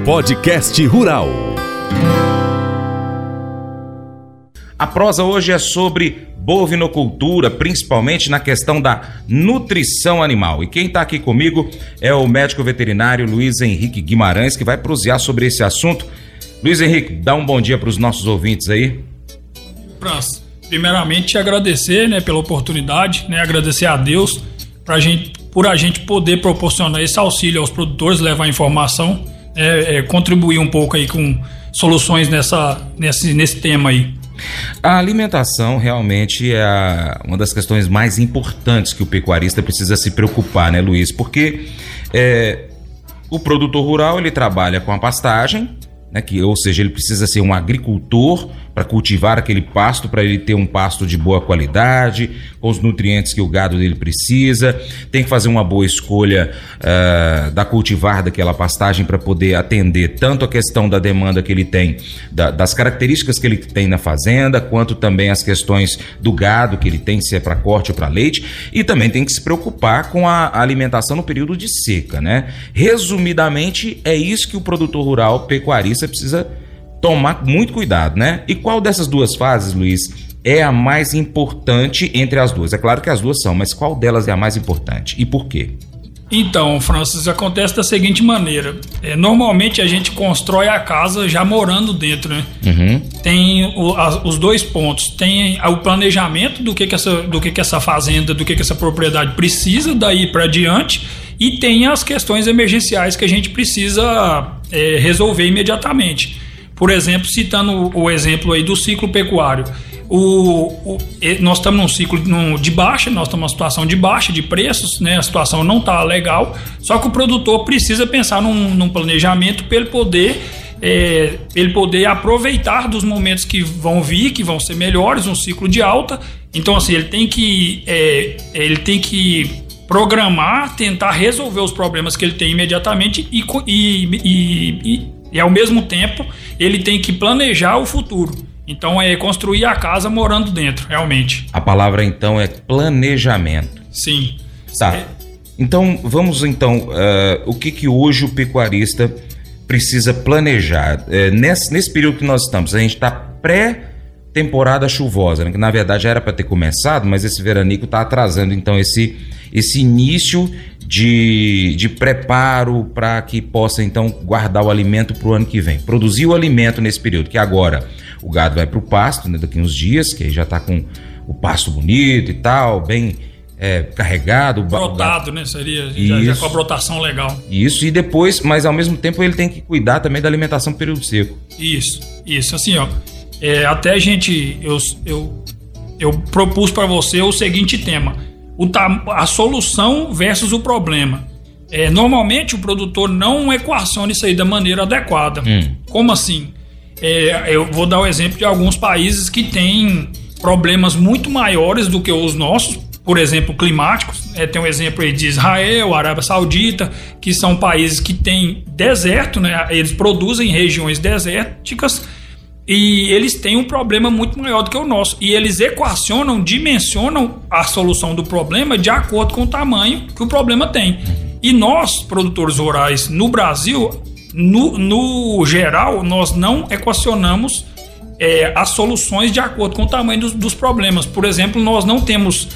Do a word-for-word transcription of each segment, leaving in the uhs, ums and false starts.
Podcast Rural. A prosa hoje é sobre bovinocultura, principalmente na questão da nutrição animal. E quem está aqui comigo é o médico veterinário Luiz Henrique Guimarães, que vai prosear sobre esse assunto. Luiz Henrique, dá um bom dia para os nossos ouvintes aí. França, primeiramente te agradecer, né, pela oportunidade, né, agradecer a Deus pra gente, por a gente poder proporcionar esse auxílio aos produtores, levar informação, é, é, contribuir um pouco aí com soluções nessa, nesse, nesse tema aí. A alimentação realmente é a, uma das questões mais importantes que o pecuarista precisa se preocupar, né, Luiz? Porque é, o produtor rural, ele trabalha com a pastagem, né, que, ou seja, ele precisa ser um agricultor para cultivar aquele pasto, para ele ter um pasto de boa qualidade, com os nutrientes que o gado dele precisa. Tem que fazer uma boa escolha uh, da cultivar daquela pastagem para poder atender tanto a questão da demanda que ele tem, da, das características que ele tem na fazenda, quanto também as questões do gado que ele tem, se é para corte ou para leite. E também tem que se preocupar com a alimentação no período de seca, né? Resumidamente, é isso que o produtor rural pecuarista precisa tomar muito cuidado, né? E qual dessas duas fases, Luiz, é a mais importante entre as duas? É claro que as duas são, mas qual delas é a mais importante e por quê? Então, Francis, acontece da seguinte maneira. É, normalmente a gente constrói a casa já morando dentro, né? Uhum. Tem o, a, os dois pontos. Tem o planejamento do que, que, essa, do que, que essa fazenda, do que, que essa propriedade precisa daí para diante, e tem as questões emergenciais que a gente precisa é, resolver imediatamente. Por exemplo, citando o exemplo aí do ciclo pecuário, o, o, nós estamos num ciclo num, de baixa, nós estamos numa situação de baixa de preços, né? A situação não está legal, só que o produtor precisa pensar num, num planejamento para ele poder, é, ele poder aproveitar dos momentos que vão vir, que vão ser melhores, um ciclo de alta. Então, assim, ele tem que, é, ele tem que programar, tentar resolver os problemas que ele tem imediatamente e, e, e, e E ao mesmo tempo ele tem que planejar o futuro. Então é construir a casa morando dentro, realmente. A palavra então é planejamento. Sim. Tá. É... Então vamos então, uh, o que que hoje o pecuarista precisa planejar? Uh, nesse, nesse período que nós estamos, a gente está pré-temporada chuvosa, né? Que na verdade já era para ter começado, mas esse veranico está atrasando então esse, esse início De, de preparo para que possa então guardar o alimento para o ano que vem, produzir o alimento nesse período, que agora o gado vai para o pasto, né, daqui uns dias, que aí já está com o pasto bonito e tal, bem é, carregado, brotado, né, seria já, já com a brotação legal. Isso, e depois, mas ao mesmo tempo ele tem que cuidar também da alimentação no período seco. Isso, isso, assim, ó, é, até a gente, eu, eu, eu propus para você o seguinte tema: O, a solução versus o problema. É, normalmente o produtor não equaciona isso aí da maneira adequada. Hum. Como assim? É, eu vou dar o exemplo de alguns países que têm problemas muito maiores do que os nossos, por exemplo, climáticos. É, tem um exemplo aí de Israel, Arábia Saudita, que são países que têm deserto, né? Eles produzem em regiões desérticas, e eles têm um problema muito maior do que o nosso. E eles equacionam, dimensionam a solução do problema de acordo com o tamanho que o problema tem. E nós, produtores rurais no Brasil, no, no geral, nós não equacionamos é, as soluções de acordo com o tamanho dos, dos problemas. Por exemplo, nós não temos...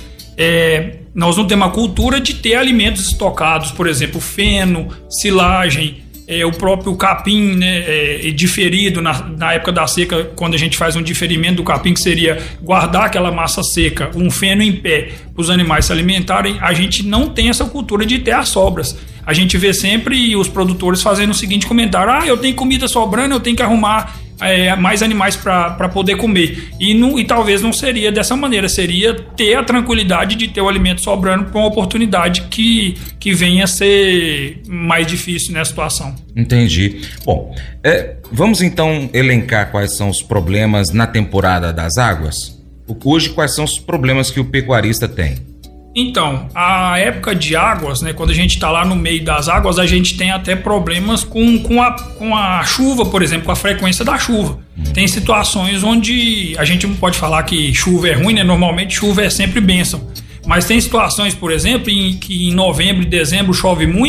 É, nós não temos a cultura de ter alimentos estocados, por exemplo, feno, silagem... É, o próprio capim, né, é, diferido na, na época da seca, quando a gente faz um diferimento do capim, que seria guardar aquela massa seca, um feno em pé, para os animais se alimentarem, a gente não tem essa cultura de ter as sobras. A gente vê sempre os produtores fazendo o seguinte comentário: ah, eu tenho comida sobrando, eu tenho que arrumar é, mais animais para poder comer. E, não, e talvez não seria dessa maneira, seria ter a tranquilidade de ter o alimento sobrando para uma oportunidade que, que venha a ser mais difícil nessa situação. Entendi. Bom, é, vamos então elencar quais são os problemas na temporada das águas? Hoje, quais são os problemas que o pecuarista tem? Então, a época de águas, né, quando a gente está lá no meio das águas, a gente tem até problemas com, com, a, com a chuva, por exemplo, com a frequência da chuva. Hum. Tem situações onde a gente não pode falar que chuva é ruim, né? Normalmente chuva é sempre bênção. Mas tem situações, por exemplo, em que em novembro e dezembro chove muito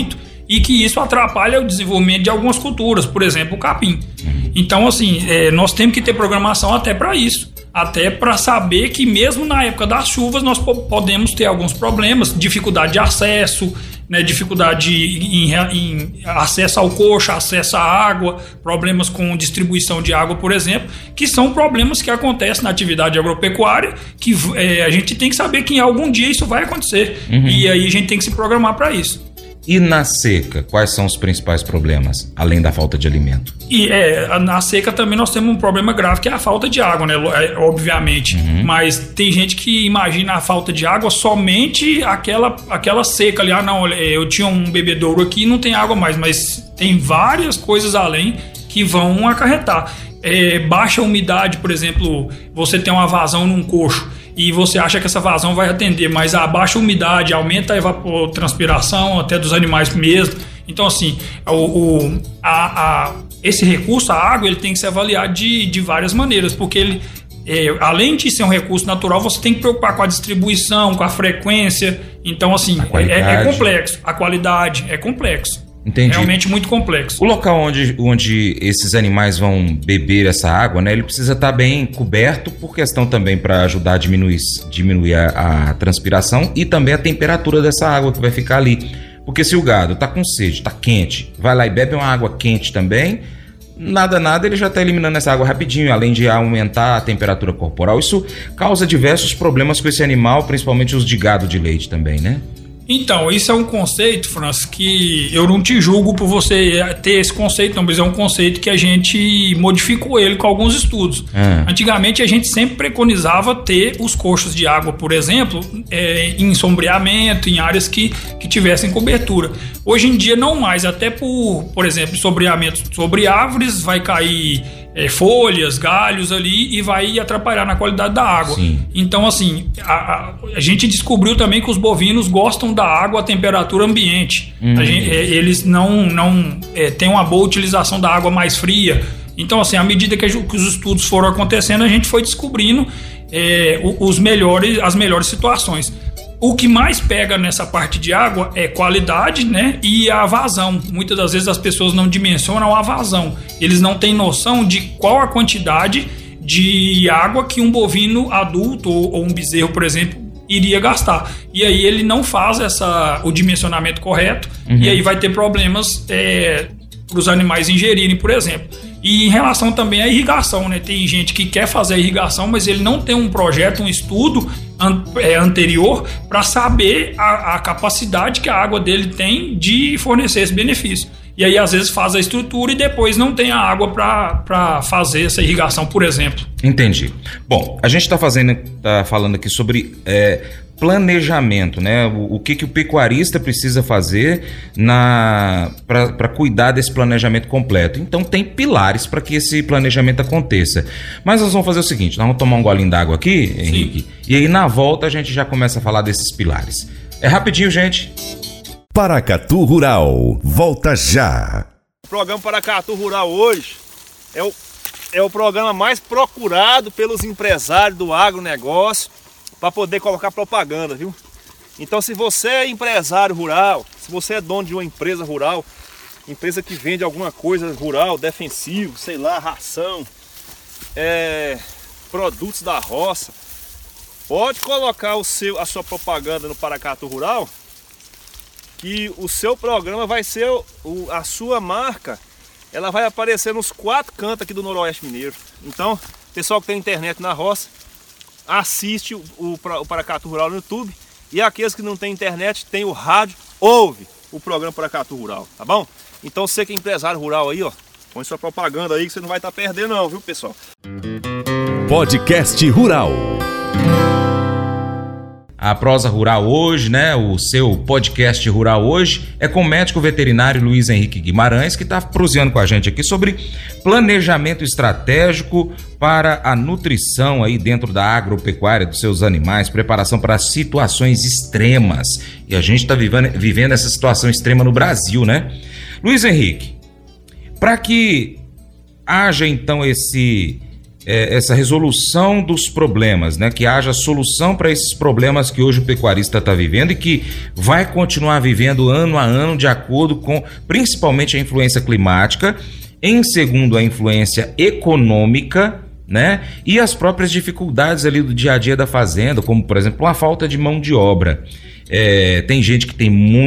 e que isso atrapalha o desenvolvimento de algumas culturas, por exemplo, o capim. Então, assim, é, nós temos que ter programação até para isso, até para saber que mesmo na época das chuvas nós po- podemos ter alguns problemas, dificuldade de acesso, né, dificuldade em, em acesso ao coxo, acesso à água, problemas com distribuição de água, por exemplo, que são problemas que acontecem na atividade agropecuária, que é, a gente tem que saber que em algum dia isso vai acontecer, uhum. E aí a gente tem que se programar para isso. E na seca, quais são os principais problemas, além da falta de alimento? E é, na seca também nós temos um problema grave, que é a falta de água, né? Obviamente. Uhum. Mas tem gente que imagina a falta de água somente aquela, aquela seca ali. Ah, não, eu tinha um bebedouro aqui e não tem água mais. Mas tem várias coisas além que vão acarretar. É, baixa umidade, por exemplo, você tem uma vazão num coxo e você acha que essa vazão vai atender, mas a baixa umidade aumenta a evapotranspiração até dos animais mesmo. Então, assim, o, o, a, a, esse recurso, a água, ele tem que ser avaliado de, de várias maneiras, porque ele, é, além de ser um recurso natural, você tem que preocupar com a distribuição, com a frequência. Então, assim, é, é complexo. A qualidade é complexo. Entendi. Realmente muito complexo. O local onde, onde esses animais vão beber essa água, né, ele precisa estar bem coberto, por questão também para ajudar a diminuir, diminuir a, a transpiração e também a temperatura dessa água que vai ficar ali. Porque se o gado está com sede, está quente, vai lá e bebe uma água quente também, nada, nada, ele já está eliminando essa água rapidinho, além de aumentar a temperatura corporal. Isso causa diversos problemas com esse animal, principalmente os de gado de leite também, né? Então, isso é um conceito, Francis, que eu não te julgo por você ter esse conceito, não, mas é um conceito que a gente modificou ele com alguns estudos. Ah. Antigamente, a gente sempre preconizava ter os coxos de água, por exemplo, é, em sombreamento, em áreas que, que tivessem cobertura. Hoje em dia, não mais, até por, por exemplo, sombreamento sobre árvores, vai cair é, folhas, galhos ali e vai atrapalhar na qualidade da água. Sim. Então, assim, a, a, a gente descobriu também que os bovinos gostam da água a temperatura ambiente. Uhum. A gente, é, eles não, não é, têm uma boa utilização da água mais fria. Então, assim, à medida que, a, que os estudos foram acontecendo, a gente foi descobrindo é, os melhores, as melhores situações. O que mais pega nessa parte de água é qualidade, né, e a vazão. Muitas das vezes as pessoas não dimensionam a vazão. Eles não têm noção de qual a quantidade de água que um bovino adulto ou, ou um bezerro, por exemplo, iria gastar. E aí ele não faz essa, o dimensionamento correto, uhum. E aí vai ter problemas é, para os animais ingerirem, por exemplo. E em relação também à irrigação, né? Tem gente que quer fazer a irrigação, mas ele não tem um projeto, um estudo an- é, anterior para saber a, a capacidade que a água dele tem de fornecer esse benefício. E aí, às vezes, faz a estrutura e depois não tem a água para fazer essa irrigação, por exemplo. Entendi. Bom, a gente está fazendo, tá falando aqui sobre é, planejamento, né? O, o que, que o pecuarista precisa fazer para cuidar desse planejamento completo. Então, tem pilares para que esse planejamento aconteça. Mas nós vamos fazer o seguinte, nós vamos tomar um golinho d'água aqui, Henrique, Sim. E aí, na volta, a gente já começa a falar desses pilares. É rapidinho, gente. Paracatu Rural, volta já. O programa Paracatu Rural hoje é o, é o programa mais procurado pelos empresários do agronegócio para poder colocar propaganda, viu? Então, se você é empresário rural, se você é dono de uma empresa rural, empresa que vende alguma coisa rural, defensivo, sei lá, ração, é, produtos da roça, pode colocar o seu, a sua propaganda no Paracatu Rural, que o seu programa vai ser, o, a sua marca, ela vai aparecer nos quatro cantos aqui do Noroeste Mineiro. Então, pessoal que tem internet na roça, assiste o, o, o Paracatu Rural no YouTube, e aqueles que não tem internet, tem o rádio, ouve o programa Paracatu Rural, tá bom? Então, você que é empresário rural aí, ó, põe sua propaganda aí que você não vai estar perdendo não, viu, pessoal? Podcast Rural. A Prosa Rural hoje, né, o seu podcast rural hoje, é com o médico veterinário Luiz Henrique Guimarães, que está prosseando com a gente aqui sobre planejamento estratégico para a nutrição aí dentro da agropecuária dos seus animais, preparação para situações extremas. E a gente está vivendo, vivendo essa situação extrema no Brasil, né? Luiz Henrique, para que haja então esse... é, essa resolução dos problemas, né? Que haja solução para esses problemas que hoje o pecuarista está vivendo e que vai continuar vivendo ano a ano de acordo com principalmente a influência climática, em segundo a influência econômica, né? E as próprias dificuldades ali do dia a dia da fazenda, como por exemplo a falta de mão de obra. É, tem gente que tem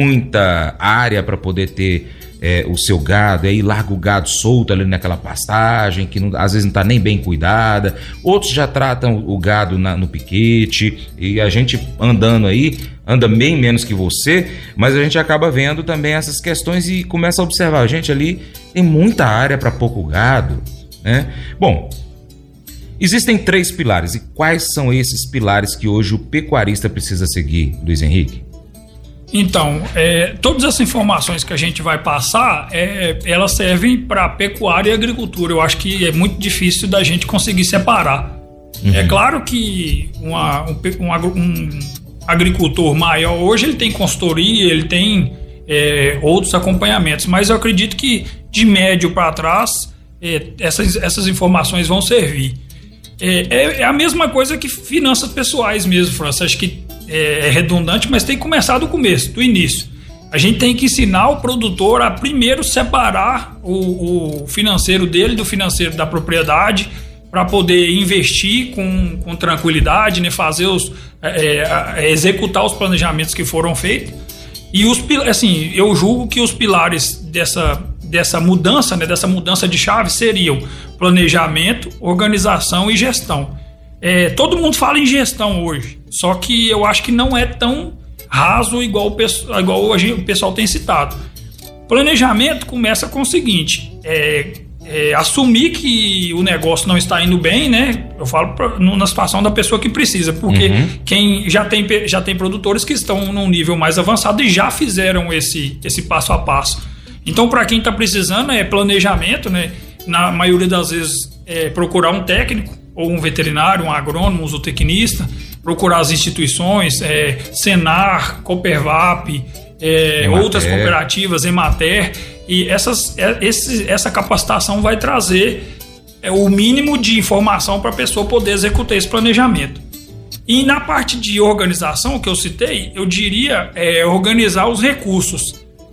muita área para poder ter é, o seu gado, aí larga o gado solto ali naquela pastagem, que não, às vezes não está nem bem cuidada. Outros já tratam o gado na, no piquete, e a gente andando aí, anda bem menos que você, mas a gente acaba vendo também essas questões e começa a observar, gente, ali tem muita área para pouco gado, né? Bom, existem três pilares, e quais são esses pilares que hoje o pecuarista precisa seguir, Luiz Henrique? Então, é, todas essas informações que a gente vai passar, é, elas servem para pecuária e agricultura. Eu acho que é muito difícil da gente conseguir separar. Uhum. É claro que uma, um, um, um agricultor maior, hoje ele tem consultoria, ele tem é, outros acompanhamentos, mas eu acredito que de médio para trás, é, essas, essas informações vão servir. É, é a mesma coisa que finanças pessoais mesmo, França. Acho que é redundante, mas tem que começar do começo, do início. A gente tem que ensinar o produtor a primeiro separar o, o financeiro dele do financeiro da propriedade, para poder investir com, com tranquilidade, né? Fazer os, é, é, executar os planejamentos que foram feitos. E os, assim, eu julgo que os pilares dessa, dessa mudança, né? Dessa mudança de chave seriam planejamento, organização e gestão. É, todo mundo fala em gestão hoje, só que eu acho que não é tão raso igual o, igual o pessoal tem citado. Planejamento começa com o seguinte, é, é, assumir que o negócio não está indo bem, né? Eu falo pra, na situação da pessoa que precisa, porque uhum. quem já tem, já tem produtores que estão num nível mais avançado e já fizeram esse, esse passo a passo. Então, para quem está precisando, é planejamento, né? Na maioria das vezes, é procurar um técnico, ou um veterinário, um agrônomo, um zootecnista, procurar as instituições, é, Senar, Copervap, é, outras cooperativas, Emater, e essas, é, esse, essa capacitação vai trazer é, o mínimo de informação para a pessoa poder executar esse planejamento. E na parte de organização que eu citei, eu diria é, organizar os recursos.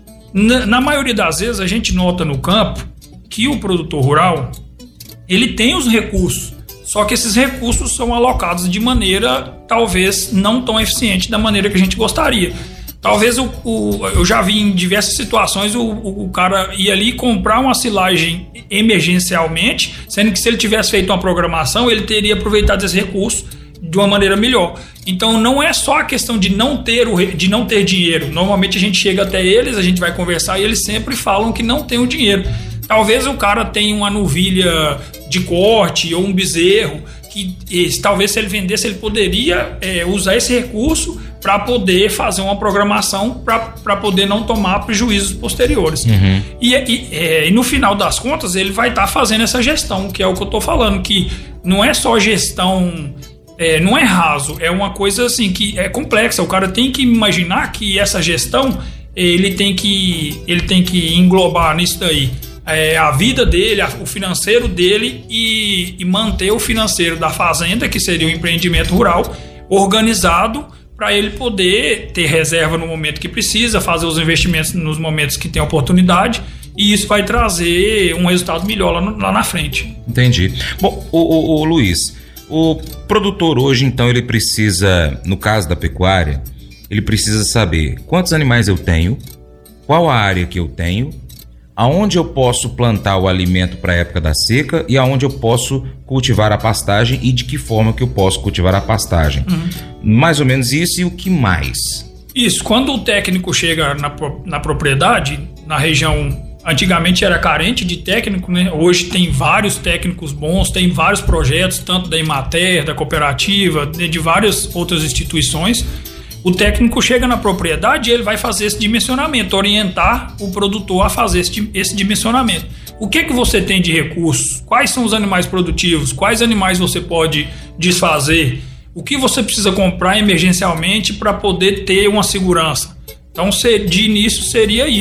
Na, na maioria das vezes a gente nota no campo que o produtor rural ele tem os recursos, só que esses recursos são alocados de maneira talvez não tão eficiente da maneira que a gente gostaria. Talvez o, o, eu já vi em diversas situações o, o, o cara ir ali comprar uma silagem emergencialmente, sendo que se ele tivesse feito uma programação, ele teria aproveitado esse recurso de uma maneira melhor. Então não é só a questão de não ter, o, de não ter dinheiro. Normalmente a gente chega até eles, a gente vai conversar e eles sempre falam que não tem o dinheiro. Talvez o cara tenha uma novilha de corte ou um bezerro que esse, talvez se ele vendesse ele poderia é, usar esse recurso para poder fazer uma programação para poder não tomar prejuízos posteriores. Uhum. E, e, é, e no final das contas ele vai estar tá fazendo essa gestão, que é o que eu estou falando, que não é só gestão, é, não é raso, é uma coisa assim que é complexa. O cara tem que imaginar que essa gestão ele tem que, ele tem que englobar nisso daí É, a vida dele, o financeiro dele e, e manter o financeiro da fazenda, que seria o empreendimento rural, organizado para ele poder ter reserva no momento que precisa, fazer os investimentos nos momentos que tem oportunidade, e isso vai trazer um resultado melhor lá, no, lá na frente. Entendi. Bom, o, o, o Luiz, o produtor hoje, então, ele precisa, no caso da pecuária, ele precisa saber quantos animais eu tenho, qual a área que eu tenho, aonde eu posso plantar o alimento para a época da seca e aonde eu posso cultivar a pastagem e de que forma que eu posso cultivar a pastagem. Uhum. Mais ou menos isso, e o que mais? Isso, quando o técnico chega na, na propriedade, na região, antigamente era carente de técnico, né? Hoje tem vários técnicos bons, tem vários projetos, tanto da Emater, da cooperativa, de, de várias outras instituições. O técnico chega na propriedade e ele vai fazer esse dimensionamento, orientar o produtor a fazer esse, esse dimensionamento. O que é que você tem de recursos? Quais são os animais produtivos? Quais animais você pode desfazer? O que você precisa comprar emergencialmente para poder ter uma segurança? Então, de início, seria isso.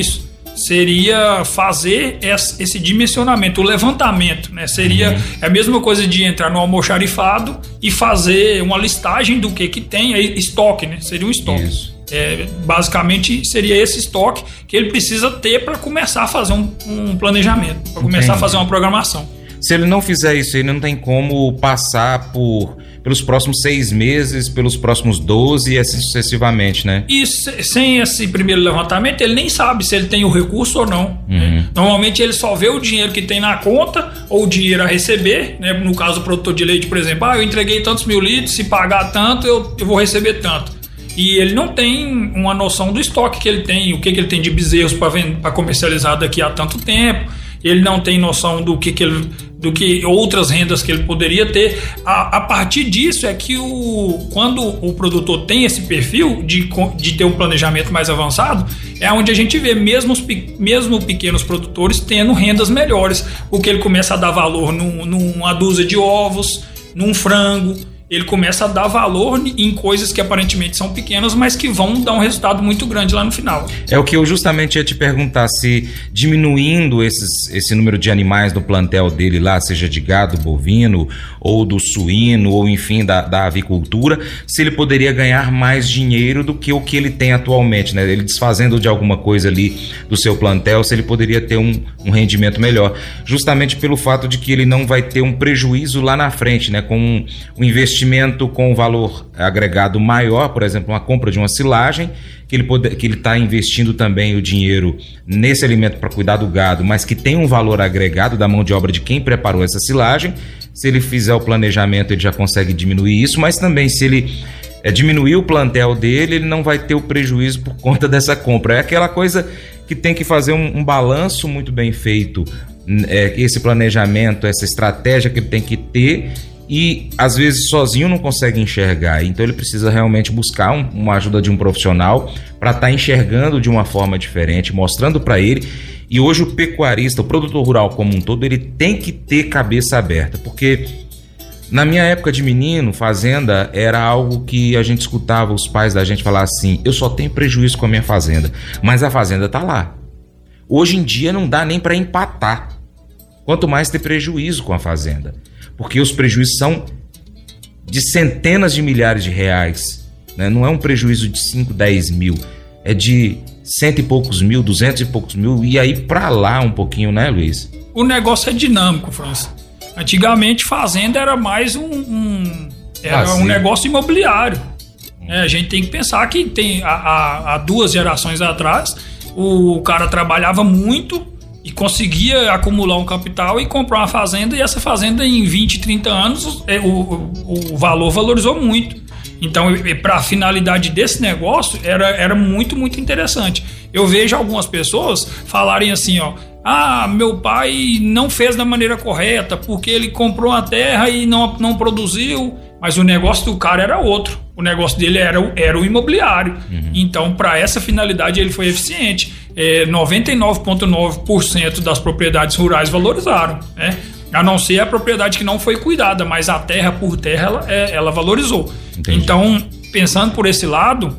seria fazer esse dimensionamento, o levantamento, né? Seria uhum. a mesma coisa de entrar no almoxarifado e fazer uma listagem do que que tem, aí, estoque, né? Seria um estoque. Isso. É, basicamente seria esse estoque que ele precisa ter para começar a fazer um, um planejamento, para começar Entendi. a fazer uma programação. Se ele não fizer isso, ele não tem como passar por, pelos próximos seis meses, pelos próximos doze e assim sucessivamente, né? E sem esse primeiro levantamento, ele nem sabe se ele tem o recurso ou não. Uhum. Né? Normalmente ele só vê o dinheiro que tem na conta ou o dinheiro a receber, né? No caso do produtor de leite, por exemplo, ah, eu entreguei tantos mil litros, se pagar tanto, eu, eu vou receber tanto. E ele não tem uma noção do estoque que ele tem, o que, que ele tem de bezerros para comercializar daqui a tanto tempo. Ele não tem noção do que, que ele, do que outras rendas que ele poderia ter. A, a partir disso é que o, quando o produtor tem esse perfil de, de ter um planejamento mais avançado, é onde a gente vê mesmo, os, mesmo pequenos produtores tendo rendas melhores, porque ele começa a dar valor num, numa dúzia de ovos, num frango. Ele começa a dar valor em coisas que aparentemente são pequenas, mas que vão dar um resultado muito grande lá no final. É o que eu justamente ia te perguntar, se diminuindo esses, esse número de animais do plantel dele lá, seja de gado bovino, ou do suíno, ou enfim, da, da avicultura, se ele poderia ganhar mais dinheiro do que o que ele tem atualmente, né? Ele desfazendo de alguma coisa ali do seu plantel, se ele poderia ter um, um rendimento melhor. Justamente pelo fato de que ele não vai ter um prejuízo lá na frente, né? Com um, um investimento com um valor agregado maior, por exemplo, uma compra de uma silagem, que ele pode, que ele está investindo também o dinheiro nesse alimento para cuidar do gado, mas que tem um valor agregado da mão de obra de quem preparou essa silagem. Se ele fizer o planejamento, ele já consegue diminuir isso, mas também se ele é, diminuir o plantel dele, ele não vai ter o prejuízo por conta dessa compra. É aquela coisa que tem que fazer um, um balanço muito bem feito, é, esse planejamento, essa estratégia que ele tem que ter. E às vezes sozinho não consegue enxergar, então ele precisa realmente buscar um, uma ajuda de um profissional para estar tá enxergando de uma forma diferente, mostrando para ele. E hoje o pecuarista, o produtor rural como um todo, ele tem que ter cabeça aberta, porque na minha época de menino, fazenda era algo que a gente escutava os pais da gente falar assim: eu só tenho prejuízo com a minha fazenda, mas a fazenda tá lá. Hoje em dia não dá nem para empatar, quanto mais ter prejuízo com a fazenda. Porque os prejuízos são de centenas de milhares de reais, né? Não é um prejuízo de cinco, dez mil, é de cento e poucos mil, duzentos e poucos mil, e aí pra lá um pouquinho, né, Luiz? O negócio é dinâmico, França. Antigamente, fazenda era mais um, um, era ah, um negócio imobiliário. É, a gente tem que pensar que tem, há, há duas gerações atrás, o cara trabalhava muito e conseguia acumular um capital e comprar uma fazenda, e essa fazenda em vinte, trinta anos o, o, o valor valorizou muito. Então, para a finalidade desse negócio, era, era muito, muito interessante. Eu vejo algumas pessoas falarem assim, ó: ah, meu pai não fez da maneira correta porque ele comprou a terra e não, não produziu, mas o negócio do cara era outro. O negócio dele era, era o imobiliário. Uhum. Então, para essa finalidade, ele foi eficiente. É, noventa e nove vírgula nove por cento das propriedades rurais valorizaram, né? A não ser a propriedade que não foi cuidada, mas a terra por terra, ela, ela valorizou. Entendi. Então, pensando por esse lado,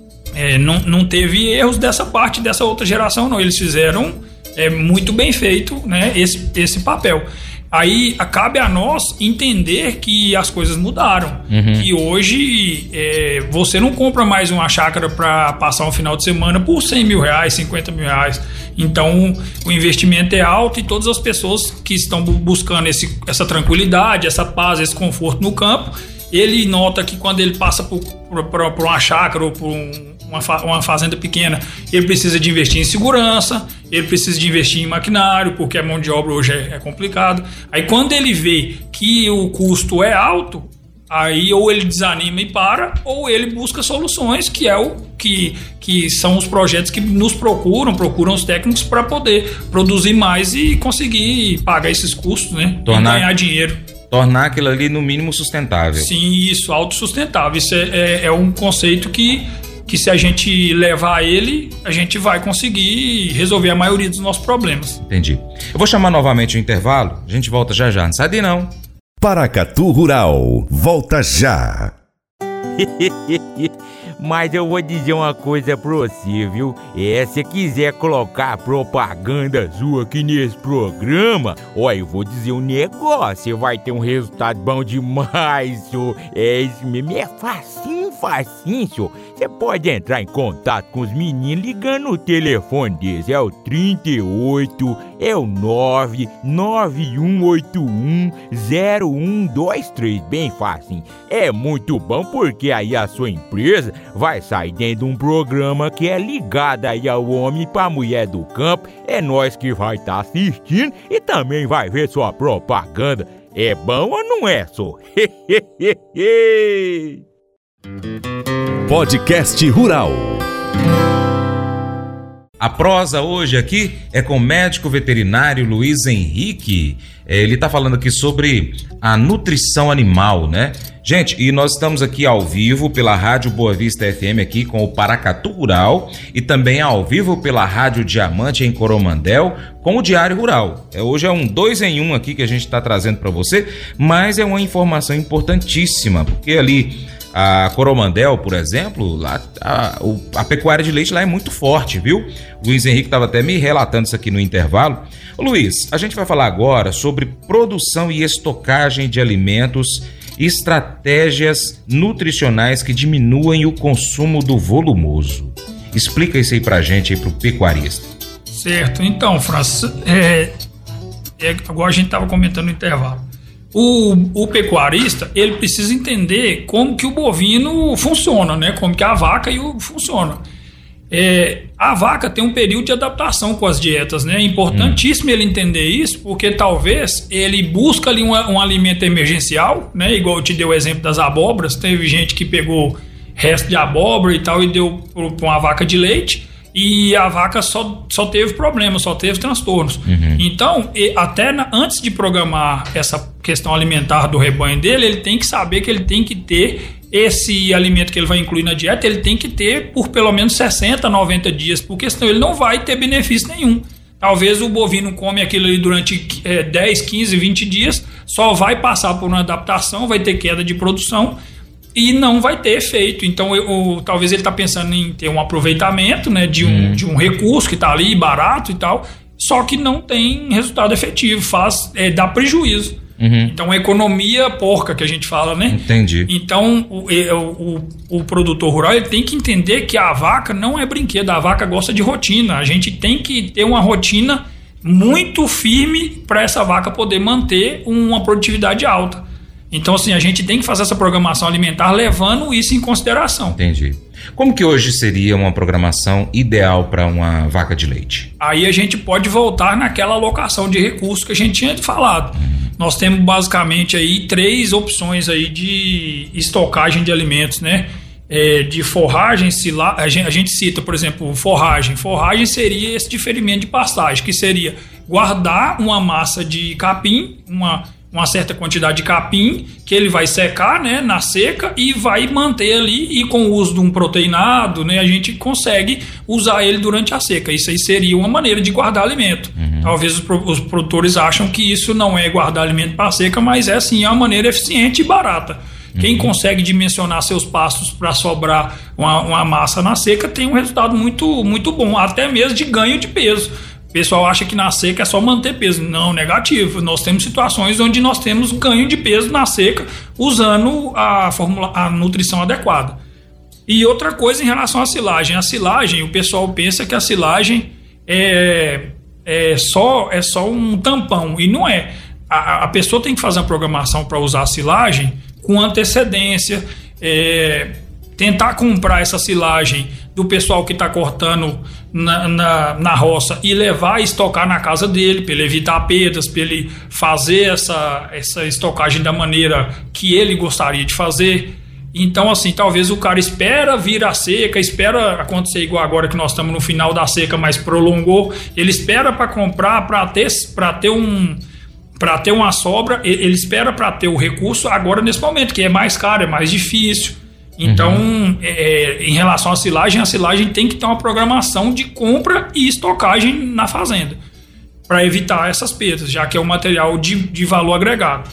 é, não, não teve erros dessa parte, dessa outra geração, não. Eles fizeram é, muito bem feito, né, esse, esse papel. Aí cabe a nós entender que as coisas mudaram. Uhum. Que hoje é, você não compra mais uma chácara para passar um final de semana por cem mil reais, cinquenta mil reais. Então o investimento é alto e todas as pessoas que estão buscando esse, essa tranquilidade, essa paz, esse conforto no campo, ele nota que quando ele passa por, por, por uma chácara ou por um Uma, fa- uma fazenda pequena, ele precisa de investir em segurança, ele precisa de investir em maquinário, porque a mão de obra hoje é, é complicado. Aí quando ele vê que o custo é alto, aí ou ele desanima e para, ou ele busca soluções, que é o que, que são os projetos que nos procuram, procuram os técnicos para poder produzir mais e conseguir pagar esses custos, né? Tornar... E ganhar dinheiro. Tornar aquilo ali no mínimo sustentável. Sim, isso, autossustentável. Isso é, é, é um conceito que que se a gente levar ele, a gente vai conseguir resolver a maioria dos nossos problemas. Entendi. Eu vou chamar novamente o intervalo, a gente volta já já, não sai daí não. Paracatu Rural, volta já. Mas eu vou dizer uma coisa pra você, viu? É, se quiser colocar propaganda sua aqui nesse programa, ó, eu vou dizer um negócio, você vai ter um resultado bom demais, senhor. É isso mesmo, é facinho, facinho, senhor. Você pode entrar em contato com os meninos ligando o telefone deles, é o trinta e oito, é o nove nove um oito um zero um dois três, bem facinho. É muito bom porque aí a sua empresa vai sair dentro de um programa que é ligado aí ao homem pra mulher do campo. É nós que vai estar tá assistindo e também vai ver sua propaganda. É bom ou não é, só? Podcast Rural. A prosa hoje aqui é com o médico veterinário Luiz Henrique. Ele está falando aqui sobre a nutrição animal, né? Gente, e nós estamos aqui ao vivo pela Rádio Boa Vista F M aqui com o Paracatu Rural e também ao vivo pela Rádio Diamante em Coromandel com o Diário Rural. É, hoje é um dois em um aqui que a gente está trazendo para você, mas é uma informação importantíssima, porque ali a Coromandel, por exemplo, lá, a, a pecuária de leite lá é muito forte, viu? O Luiz Henrique estava até me relatando isso aqui no intervalo. Ô, Luiz, a gente vai falar agora sobre produção e estocagem de alimentos e estratégias nutricionais que diminuem o consumo do volumoso. Explica isso aí pra gente, aí pro pecuarista. Certo, então, Francis, é, é, agora a gente estava comentando no intervalo. O, o pecuarista, ele precisa entender como que o bovino funciona, né? Como que a vaca e o funciona. É, a vaca tem um período de adaptação com as dietas, né? É importantíssimo hum. ele entender isso, porque talvez ele busca ali um, um alimento emergencial, né? Igual eu te dei o exemplo das abóboras, teve gente que pegou resto de abóbora e tal e deu para uma vaca de leite, e a vaca só, só teve problemas, só teve transtornos. Uhum. Então, até na, antes de programar essa questão alimentar do rebanho dele, ele tem que saber que ele tem que ter esse alimento que ele vai incluir na dieta, ele tem que ter por pelo menos sessenta, noventa dias, porque senão ele não vai ter benefício nenhum. Talvez o bovino come aquilo ali durante é, dez, quinze, vinte dias, só vai passar por uma adaptação, vai ter queda de produção e não vai ter efeito. Então, eu, eu, talvez ele está pensando em ter um aproveitamento, né, de, um, hum. de um recurso que está ali, barato e tal, só que não tem resultado efetivo, faz, é, dá prejuízo. Uhum. Então, a economia porca que a gente fala, né? Entendi. Então, o, o, o produtor rural ele tem que entender que a vaca não é brinquedo, a vaca gosta de rotina. A gente tem que ter uma rotina muito firme para essa vaca poder manter uma produtividade alta. Então, assim, a gente tem que fazer essa programação alimentar levando isso em consideração. Entendi. Como que hoje seria uma programação ideal para uma vaca de leite? Aí a gente pode voltar naquela alocação de recursos que a gente tinha falado. Hum. Nós temos basicamente aí três opções aí de estocagem de alimentos, né? É, de forragem, silagem, a gente, a gente cita, por exemplo, forragem. Forragem seria esse diferimento de pastagem, que seria guardar uma massa de capim, uma... uma certa quantidade de capim que ele vai secar, né, na seca e vai manter ali, e com o uso de um proteinado, né, a gente consegue usar ele durante a seca. Isso aí seria uma maneira de guardar alimento. Uhum. Talvez os, os produtores acham que isso não é guardar alimento para a seca, mas é sim, é uma maneira eficiente e barata. Uhum. Quem consegue dimensionar seus pastos para sobrar uma, uma massa na seca tem um resultado muito, muito bom, até mesmo de ganho de peso. O pessoal acha que na seca é só manter peso. Não, negativo. Nós temos situações onde nós temos ganho de peso na seca usando a, formula, a nutrição adequada. E outra coisa em relação à silagem. A silagem, o pessoal pensa que a silagem é, é, só, é só um tampão. E não é. A, a pessoa tem que fazer uma programação para usar a silagem com antecedência, é, tentar comprar essa silagem do pessoal que está cortando na, na, na roça e levar e estocar na casa dele, para ele evitar perdas, para ele fazer essa, essa estocagem da maneira que ele gostaria de fazer. Então, assim, talvez o cara espera vir a seca, espera acontecer igual agora que nós estamos no final da seca, mas prolongou, ele espera para comprar, para ter, para ter um... para ter uma sobra, ele espera para ter o recurso agora nesse momento, que é mais caro, é mais difícil. Então, uhum. é, em relação à silagem, a silagem tem que ter uma programação de compra e estocagem na fazenda, para evitar essas perdas, já que é um material de, de valor agregado.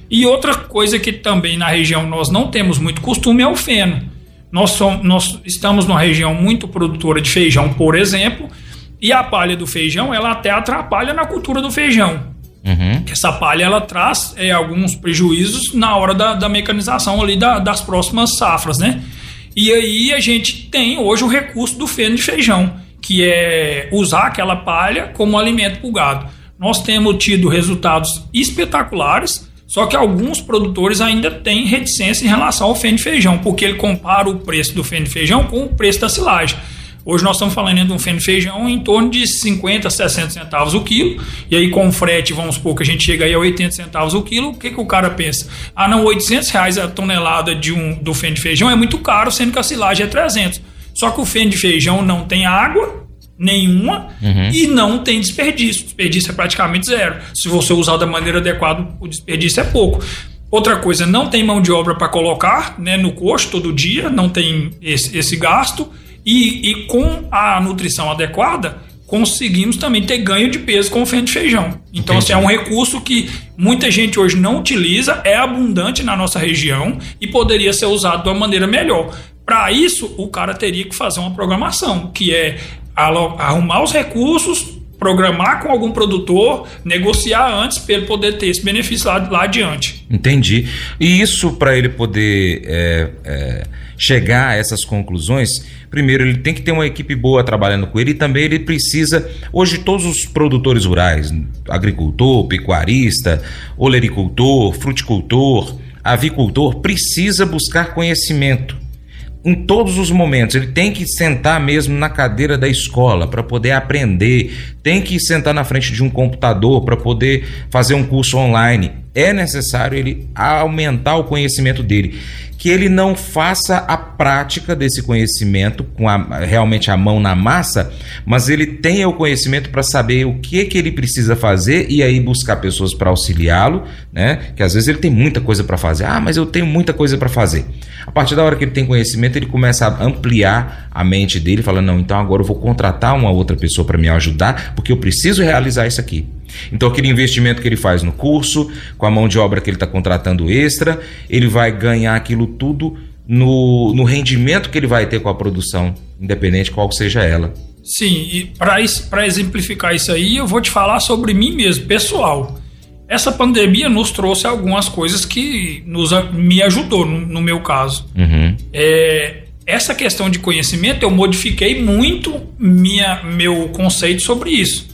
E outra coisa que também na região nós não temos muito costume é o feno. Nós, somos, nós estamos numa região muito produtora de feijão, por exemplo, e a palha do feijão ela até atrapalha na cultura do feijão. Uhum. Essa palha ela traz é, alguns prejuízos na hora da, da mecanização ali da, das próximas safras, né? E aí a gente tem hoje o recurso do feno de feijão, que é usar aquela palha como alimento para o gado. Nós temos tido resultados espetaculares, só que alguns produtores ainda têm reticência em relação ao feno de feijão, porque ele compara o preço do feno de feijão com o preço da silagem. Hoje nós estamos falando de um feno de feijão em torno de cinquenta, sessenta centavos o quilo, e aí com frete, vamos supor que a gente chega aí a oitenta centavos o quilo, o que, que o cara pensa? Ah não, oitocentos reais a tonelada de um, do feno de feijão é muito caro, sendo que a silagem é trezentos. Só que o feno de feijão não tem água nenhuma uhum. e não tem desperdício. O desperdício é praticamente zero. Se você usar da maneira adequada, o desperdício é pouco. Outra coisa, não tem mão de obra para colocar, né, no coxo todo dia, não tem esse, esse gasto. E, e com a nutrição adequada, conseguimos também ter ganho de peso com o feno de feijão. Então, assim, é um recurso que muita gente hoje não utiliza, é abundante na nossa região e poderia ser usado de uma maneira melhor. Para isso, o cara teria que fazer uma programação, que é arrumar os recursos, programar com algum produtor, negociar antes para ele poder ter esse benefício lá, lá adiante. Entendi. E isso, para ele poder é, é, chegar a essas conclusões, primeiro ele tem que ter uma equipe boa trabalhando com ele, e também ele precisa, hoje todos os produtores rurais, agricultor, pecuarista, olericultor, fruticultor, avicultor, precisa buscar conhecimento. Em todos os momentos, ele tem que sentar mesmo na cadeira da escola para poder aprender, tem que sentar na frente de um computador para poder fazer um curso online. É necessário ele aumentar o conhecimento dele, que ele não faça a prática desse conhecimento com a, realmente a mão na massa, mas ele tenha o conhecimento para saber o que, que ele precisa fazer e aí buscar pessoas para auxiliá-lo, né? Que às vezes ele tem muita coisa para fazer. Ah, mas eu tenho muita coisa para fazer. A partir da hora que ele tem conhecimento, ele começa a ampliar a mente dele, falando, não, então agora eu vou contratar uma outra pessoa para me ajudar, porque eu preciso realizar isso aqui. Então aquele investimento que ele faz no curso, com a mão de obra que ele está contratando extra, ele vai ganhar aquilo tudo no, no rendimento que ele vai ter com a produção, independente qual seja ela. Sim, e para exemplificar isso aí, eu vou te falar sobre mim mesmo, pessoal. Essa pandemia nos trouxe algumas coisas que nos, me ajudou, no, no meu caso. Uhum. É, essa questão de conhecimento, eu modifiquei muito minha, meu conceito sobre isso.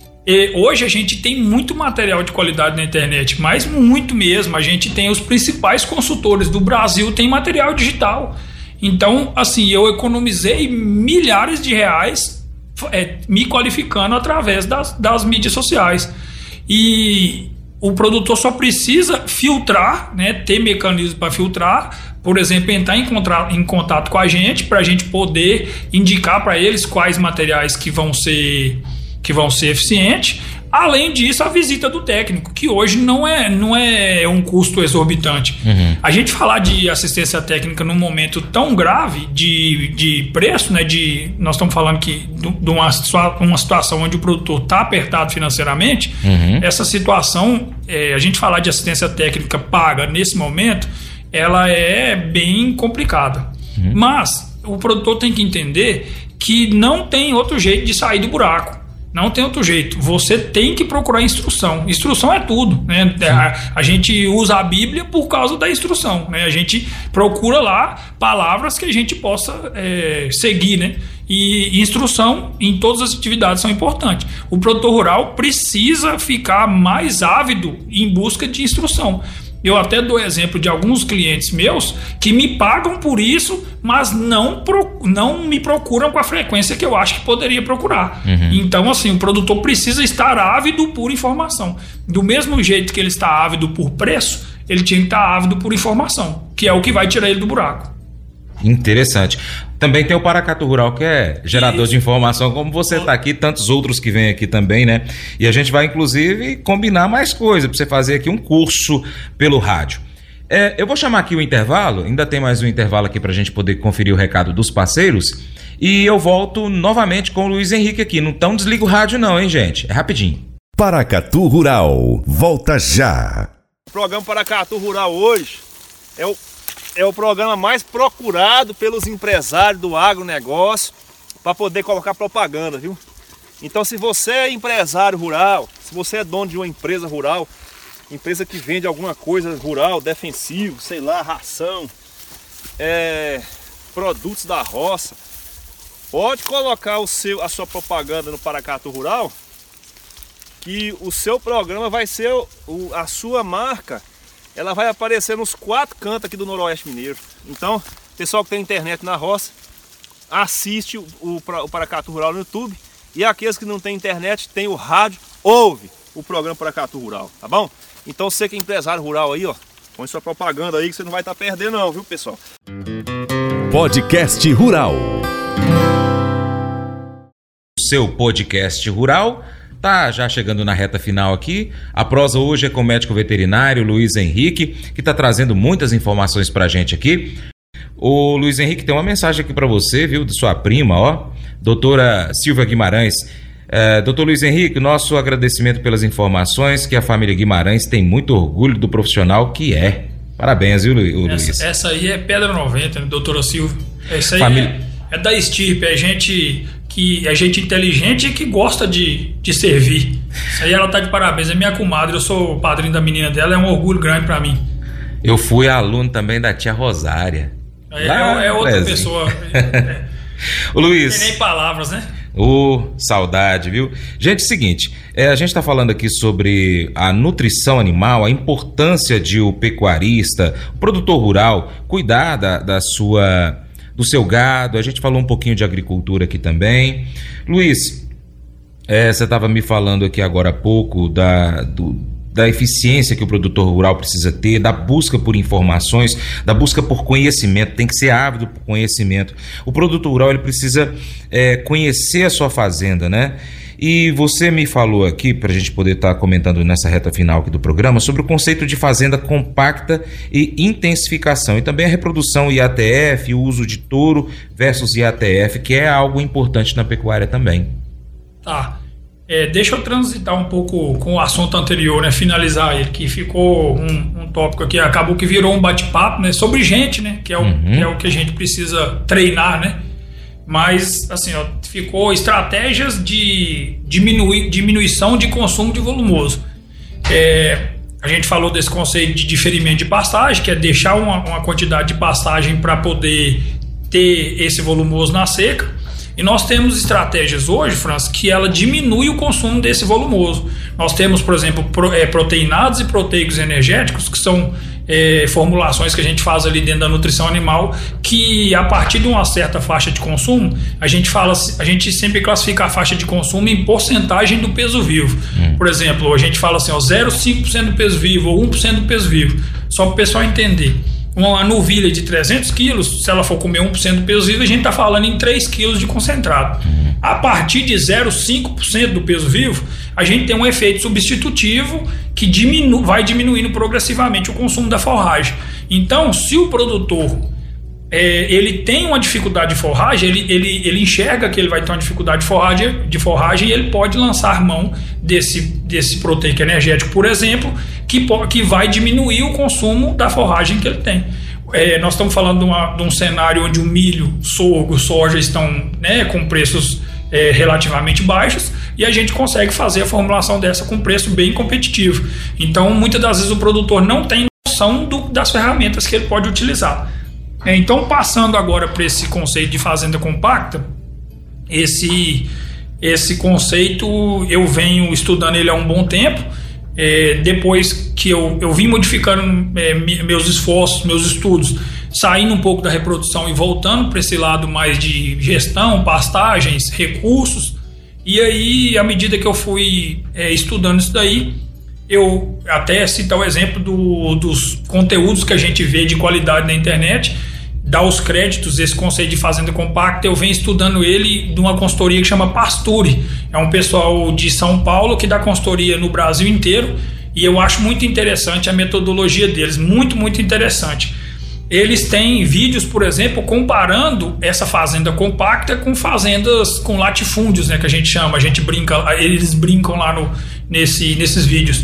E hoje a gente tem muito material de qualidade na internet, mas muito mesmo. A gente tem os principais consultores do Brasil, tem material digital. Então, assim, eu economizei milhares de reais é, me qualificando através das, das mídias sociais. E o produtor só precisa filtrar, né, ter mecanismos para filtrar, por exemplo, entrar em, contra, em contato com a gente, para a gente poder indicar para eles quais materiais que vão ser... que vão ser eficientes. Além disso, a visita do técnico, que hoje não é, não é um custo exorbitante. Uhum. A gente falar de assistência técnica num momento tão grave de, de preço, né, de, nós estamos falando que de uma, uma situação onde o produtor está apertado financeiramente, uhum. essa situação, é, a gente falar de assistência técnica paga nesse momento, ela é bem complicada. Uhum. Mas o produtor tem que entender que não tem outro jeito de sair do buraco. Não tem outro jeito. Você tem que procurar instrução. Instrução é tudo, né? A, a gente usa a Bíblia por causa da instrução, né? A gente procura lá palavras que a gente possa é, seguir, né? E instrução em todas as atividades são importantes. O produtor rural precisa ficar mais ávido em busca de instrução. Eu até dou exemplo de alguns clientes meus que me pagam por isso, mas não, pro, não me procuram com a frequência que eu acho que poderia procurar. Uhum. Então, assim, o produtor precisa estar ávido por informação. Do mesmo jeito que ele está ávido por preço, ele tinha que estar ávido por informação, que é o que vai tirar ele do buraco. Interessante. Também tem o Paracatu Rural, que é gerador Isso. de informação, como você está aqui, tantos outros que vêm aqui também, né? E a gente vai, inclusive, combinar mais coisas para você fazer aqui um curso pelo rádio. É, eu vou chamar aqui o intervalo, ainda tem mais um intervalo aqui para a gente poder conferir o recado dos parceiros, e eu volto novamente com o Luiz Henrique aqui. Não tão desliga o rádio não, hein, gente? É rapidinho. Paracatu Rural, volta já. O programa Paracatu Rural hoje é o, é o programa mais procurado pelos empresários do agronegócio para poder colocar propaganda, viu? Então, se você é empresário rural, se você é dono de uma empresa rural, empresa que vende alguma coisa rural, defensivo, sei lá, ração, é, produtos da roça, pode colocar o seu, a sua propaganda no Paracatu Rural, que o seu programa vai ser, o, a sua marca, ela vai aparecer nos quatro cantos aqui do Noroeste Mineiro. Então, pessoal que tem internet na roça, assiste o, o, o Paracatu Rural no YouTube, e aqueles que não tem internet, tem o rádio, ouve o programa Paracatu Rural, tá bom? Então, você que é empresário rural aí, ó, põe sua propaganda aí que você não vai estar perdendo não, viu, pessoal? Podcast Rural. Seu podcast rural tá já chegando na reta final aqui. A prosa hoje é com o médico veterinário Luiz Henrique, que está trazendo muitas informações pra gente aqui. O Luiz Henrique tem uma mensagem aqui para você, viu, de sua prima, ó, doutora Silvia Guimarães. É, doutor Luiz Henrique, nosso agradecimento pelas informações, que a família Guimarães tem muito orgulho do profissional que é. Parabéns, viu, Luiz? Essa, essa aí é pedra noventa, né, doutora Silvia? Essa aí família... é, é da estirpe, é gente... que é gente inteligente e que gosta de, de servir. Isso aí ela tá de parabéns. É minha comadre, eu sou o padrinho da menina dela, é um orgulho grande pra mim. Eu fui aluno também da tia Rosária. É, é, é outra pessoa. É, o Luiz. Não tem nem palavras, né? Ô, oh, saudade, viu? Gente, seguinte, é, a gente está falando aqui sobre a nutrição animal, a importância de o pecuarista, o produtor rural, cuidar da, da sua... do seu gado. A gente falou um pouquinho de agricultura aqui também. Luiz, é, você estava me falando aqui agora há pouco da, do, da eficiência que o produtor rural precisa ter, da busca por informações, da busca por conhecimento, tem que ser ávido por conhecimento. O produtor rural ele precisa é, conhecer a sua fazenda, né? E você me falou aqui, para a gente poder estar tá comentando nessa reta final aqui do programa, sobre o conceito de fazenda compacta e intensificação, e também a reprodução I A T F, o uso de touro versus I A T F, que é algo importante na pecuária também. Tá. É, deixa eu transitar um pouco com o assunto anterior, né? Finalizar ele, que ficou um, um tópico aqui, acabou que virou um bate-papo, né? Sobre gente, né? Que é, o, uhum. que é o que a gente precisa treinar, né? Mas, assim, ó, ficou estratégias de diminui, diminuição de consumo de volumoso. É, a gente falou desse conceito de diferimento de pastagem, que é deixar uma, uma quantidade de pastagem para poder ter esse volumoso na seca. E nós temos estratégias hoje, França, que ela diminui o consumo desse volumoso. Nós temos, por exemplo, pro, é, proteinados e proteicos energéticos, que são é, formulações que a gente faz ali dentro da nutrição animal, que a partir de uma certa faixa de consumo, a gente fala, a gente sempre classifica a faixa de consumo em porcentagem do peso vivo. Hum. Por exemplo, a gente fala assim, ó, zero vírgula cinco por cento do peso vivo ou um por cento do peso vivo, só para o pessoal entender. Uma novilha de trezentos quilos, se ela for comer um por cento do peso vivo, a gente está falando em três quilos de concentrado. Uhum. A partir de zero vírgula cinco por cento do peso vivo, a gente tem um efeito substitutivo que diminu- vai diminuindo progressivamente o consumo da forragem. Então, se o produtor é, ele tem uma dificuldade de forragem, ele, ele, ele enxerga que ele vai ter uma dificuldade de forragem, de forragem e ele pode lançar mão desse, desse proteico energético, por exemplo, que, que vai diminuir o consumo da forragem que ele tem. É, nós estamos falando de, uma, de um cenário onde o milho, sorgo, soja estão, né, com preços é, relativamente baixos e a gente consegue fazer a formulação dessa com preço bem competitivo. Então, muitas das vezes o produtor não tem noção do, das ferramentas que ele pode utilizar. É, então, passando agora para esse conceito de fazenda compacta, esse, esse conceito eu venho estudando ele há um bom tempo. É, depois que eu, eu vim modificando é, meus esforços, meus estudos, saindo um pouco da reprodução e voltando para esse lado mais de gestão, pastagens, recursos. E aí, à medida que eu fui é, estudando isso daí, eu até citar o exemplo do, dos conteúdos que a gente vê de qualidade na internet, dar os créditos, esse conceito de fazenda compacta, eu venho estudando ele de uma consultoria que chama Pasture. É um pessoal de São Paulo que dá consultoria no Brasil inteiro e eu acho muito interessante a metodologia deles, muito, muito interessante. Eles têm vídeos, por exemplo, comparando essa fazenda compacta com fazendas com latifúndios, né, que a gente chama, a gente brinca, eles brincam lá no, nesse, nesses vídeos.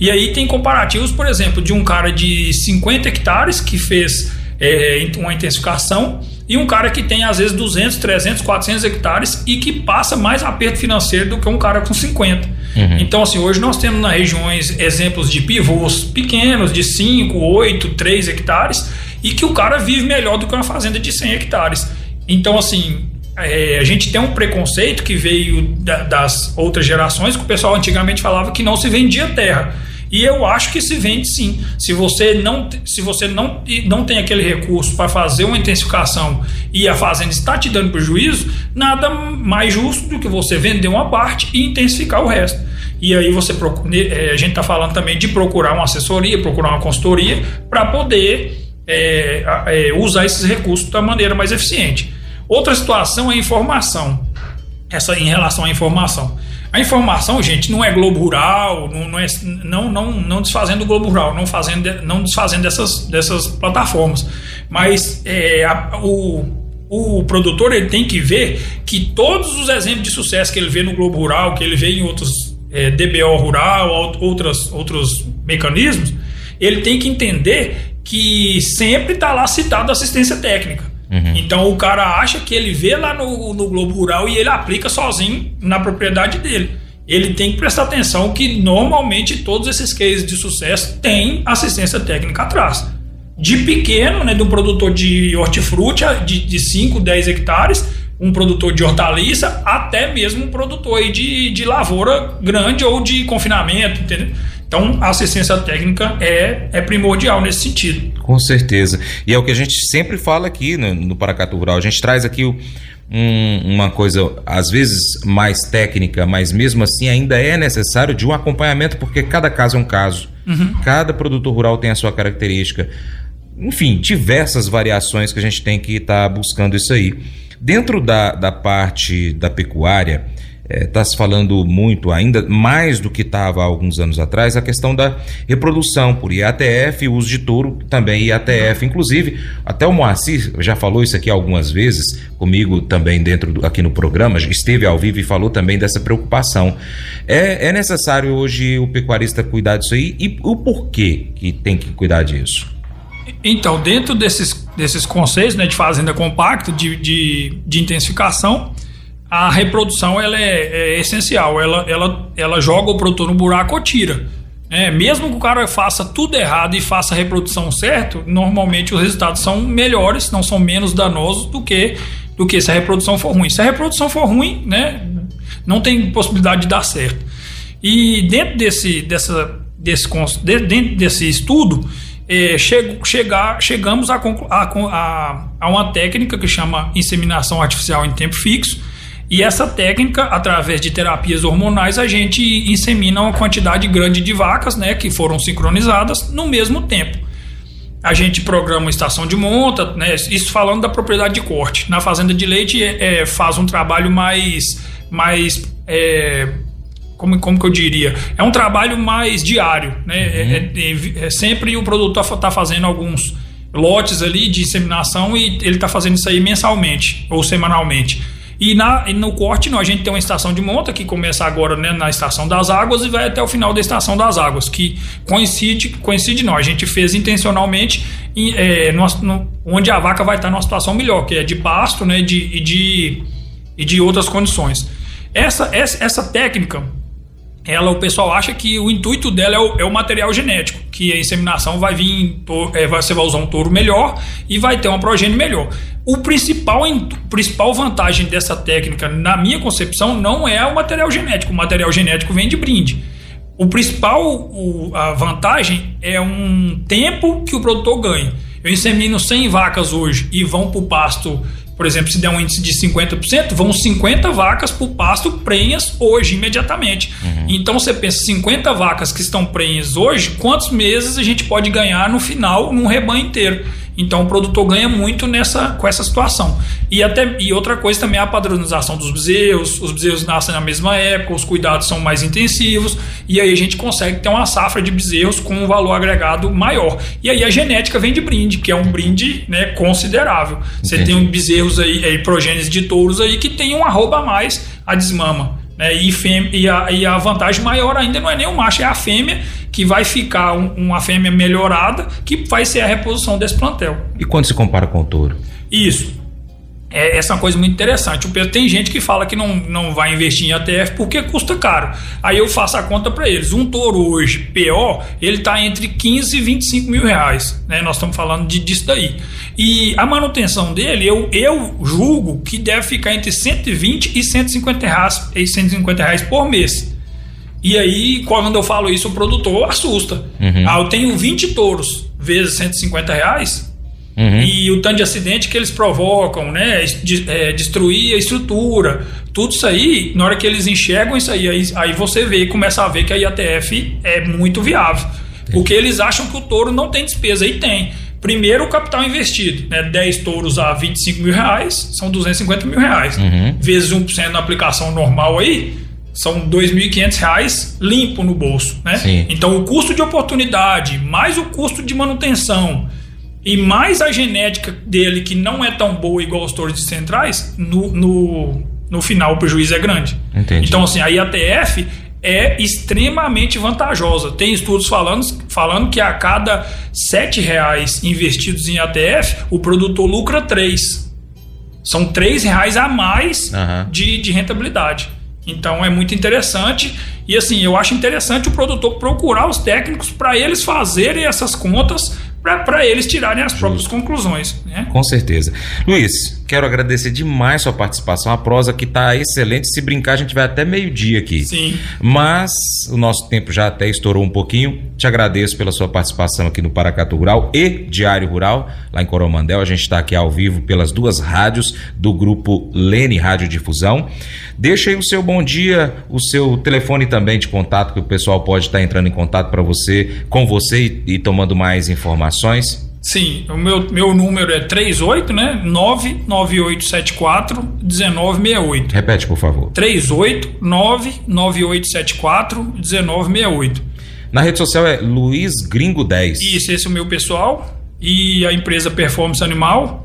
E aí tem comparativos, por exemplo, de um cara de cinquenta hectares que fez é, uma intensificação e um cara que tem às vezes duzentos, trezentos, quatrocentos hectares e que passa mais aperto financeiro do que um cara com cinquenta. Uhum. Então assim, hoje nós temos nas regiões exemplos de pivôs pequenos de cinco, oito, três hectares e que o cara vive melhor do que uma fazenda de cem hectares. Então assim, é, a gente tem um preconceito que veio da, das outras gerações, que o pessoal antigamente falava que não se vendia terra. E eu acho que se vende sim. Se você não, se você não, não tem aquele recurso para fazer uma intensificação e a fazenda está te dando prejuízo, nada mais justo do que você vender uma parte e intensificar o resto. E aí você a gente está falando também de procurar uma assessoria, procurar uma consultoria para poder é, é, usar esses recursos da maneira mais eficiente. Outra situação é a informação. Essa em relação à informação. A informação, gente, não é Globo Rural, não, não, é, não, não, não desfazendo o Globo Rural, não, fazendo, não desfazendo dessas, dessas plataformas. Mas é, a, o, o produtor ele tem que ver que todos os exemplos de sucesso que ele vê no Globo Rural, que ele vê em outros é, D B O Rural, outras, outros mecanismos, ele tem que entender que sempre está lá citado assistência técnica. Uhum. Então o cara acha que ele vê lá no, no Globo Rural e ele aplica sozinho na propriedade dele. Ele tem que prestar atenção que normalmente todos esses cases de sucesso têm assistência técnica atrás. De pequeno, né, de um produtor de hortifruti de, de cinco, dez hectares, um produtor de hortaliça, até mesmo um produtor aí de, de lavoura grande ou de confinamento, entendeu? Então, a assistência técnica é, é primordial nesse sentido. Com certeza. E é o que a gente sempre fala aqui no, no Paracatu Rural. A gente traz aqui o, um, uma coisa, às vezes, mais técnica, mas mesmo assim ainda é necessário de um acompanhamento, porque cada caso é um caso. Uhum. Cada produtor rural tem a sua característica. Enfim, diversas variações que a gente tem que estar tá buscando isso aí. Dentro da, da parte da pecuária, está é, se falando muito, ainda mais do que estava há alguns anos atrás, a questão da reprodução por I A T F, o uso de touro também I A T F. Inclusive, até o Moacir já falou isso aqui algumas vezes, comigo também dentro do, aqui no programa, esteve ao vivo e falou também dessa preocupação. É, é necessário hoje o pecuarista cuidar disso aí, e o porquê que tem que cuidar disso? Então, dentro desses, desses conceitos, né, de fazenda compacta, de, de, de intensificação, a reprodução ela é, é essencial, ela, ela, ela joga o produtor no buraco ou tira. É, mesmo que o cara faça tudo errado e faça a reprodução certo, normalmente os resultados são melhores, não são menos danosos do que, do que se a reprodução for ruim. Se a reprodução for ruim, né, não tem possibilidade de dar certo. E dentro desse, dessa, desse, dentro desse estudo, é, chego, chegar, chegamos a, a, a, a uma técnica que chama inseminação artificial em tempo fixo. E essa técnica, através de terapias hormonais, a gente insemina uma quantidade grande de vacas, né, que foram sincronizadas no mesmo tempo. A gente programa uma estação de monta, né, isso falando da propriedade de corte. Na fazenda de leite é, faz um trabalho mais, mais é, como, como que eu diria? É um trabalho mais diário, né? Uhum. É, é, é sempre o produtor está fazendo alguns lotes ali de inseminação e ele está fazendo isso aí mensalmente ou semanalmente. E, na, e no corte, não, a gente tem uma estação de monta que começa agora, né, na Estação das Águas e vai até o final da Estação das Águas, que coincide, coincide não, a gente fez intencionalmente em, é, no, no, onde a vaca vai estar numa situação melhor, que é de pasto, né, de, e, de, e de outras condições. Essa, essa, essa técnica, ela, o pessoal acha que o intuito dela é o, é o material genético, que a inseminação vai vir, é, você vai usar um touro melhor e vai ter uma progênie melhor. O principal, principal vantagem dessa técnica, na minha concepção, não é o material genético. O material genético vem de brinde. O principal o, a vantagem é um tempo que o produtor ganha. Eu insemino cem vacas hoje e vão para o pasto, por exemplo, se der um índice de cinquenta por cento, vão cinquenta vacas para o pasto prenhas hoje, imediatamente. Uhum. Então você pensa, cinquenta vacas que estão prenhas hoje, quantos meses a gente pode ganhar no final, num rebanho inteiro? Então o produtor ganha muito nessa, com essa situação. E, até, e outra coisa também é a padronização dos bezerros. Os bezerros nascem na mesma época, os cuidados são mais intensivos, e aí a gente consegue ter uma safra de bezerros com um valor agregado maior. E aí a genética vem de brinde, que é um brinde, né, considerável. Você tem um bezerros aí, aí progênies de touros aí que tem um arroba a mais, a desmama. Né? E, fêmea, e, a, e a vantagem maior ainda não é nem o macho, é a fêmea, que vai ficar um, uma fêmea melhorada, que vai ser a reposição desse plantel. E quando se compara com o touro? Isso. É, essa é uma coisa muito interessante. Tem gente que fala que não, não vai investir em A T F porque custa caro. Aí eu faço a conta para eles. Um touro hoje, P O, ele está entre quinze e vinte e cinco mil reais. Né? Nós estamos falando de, disso daí. E a manutenção dele, eu, eu julgo que deve ficar entre cento e vinte e cento e cinquenta reais, e cento e cinquenta reais por mês. E aí, quando eu falo isso, o produtor assusta. Uhum. Ah, eu tenho vinte touros vezes cento e cinquenta reais. Uhum. E o tanto de acidente que eles provocam, né? De, é, destruir a estrutura, tudo isso aí, na hora que eles enxergam isso aí, aí, aí você vê, começa a ver que a I A T F é muito viável. É. Porque eles acham que o touro não tem despesa, e tem. Primeiro, o capital investido, né? dez touros a vinte e cinco mil reais, são duzentos e cinquenta mil reais. Uhum. Vezes um por cento na aplicação normal aí, são dois mil e quinhentos reais limpo no bolso, né? Sim. Então, o custo de oportunidade, mais o custo de manutenção, e mais a genética dele, que não é tão boa igual os touros de centrais, no, no, no final o prejuízo é grande. Entendi. Então, assim, a I A T F é extremamente vantajosa. Tem estudos falando, falando que a cada sete reais investidos em A T F, o produtor lucra três. São três reais a mais uhum. de, de rentabilidade. Então é muito interessante. E assim, eu acho interessante o produtor procurar os técnicos para eles fazerem essas contas, para eles tirarem as próprias Justo. conclusões. Né? Com certeza. Luiz, quero agradecer demais sua participação. A prosa aqui está excelente. Se brincar, a gente vai até meio-dia aqui. Sim. Mas o nosso tempo já até estourou um pouquinho. Te agradeço pela sua participação aqui no Paracatu Rural e Diário Rural, lá em Coromandel. A gente está aqui ao vivo pelas duas rádios do grupo Lene Rádio Difusão. Deixa aí o seu bom dia, o seu telefone também de contato, que o pessoal pode estar entrando em contato para você, com você e, e tomando mais informações. Sim, o meu, meu número é trinta e oito, né? nove nove oito sete quatro um nove seis oito. Repete, por favor. trinta e oito, nove nove oito sete quatro um nove seis oito. Na rede social é Luiz Gringo dez. Isso, esse é o meu pessoal. E a empresa Performance Animal.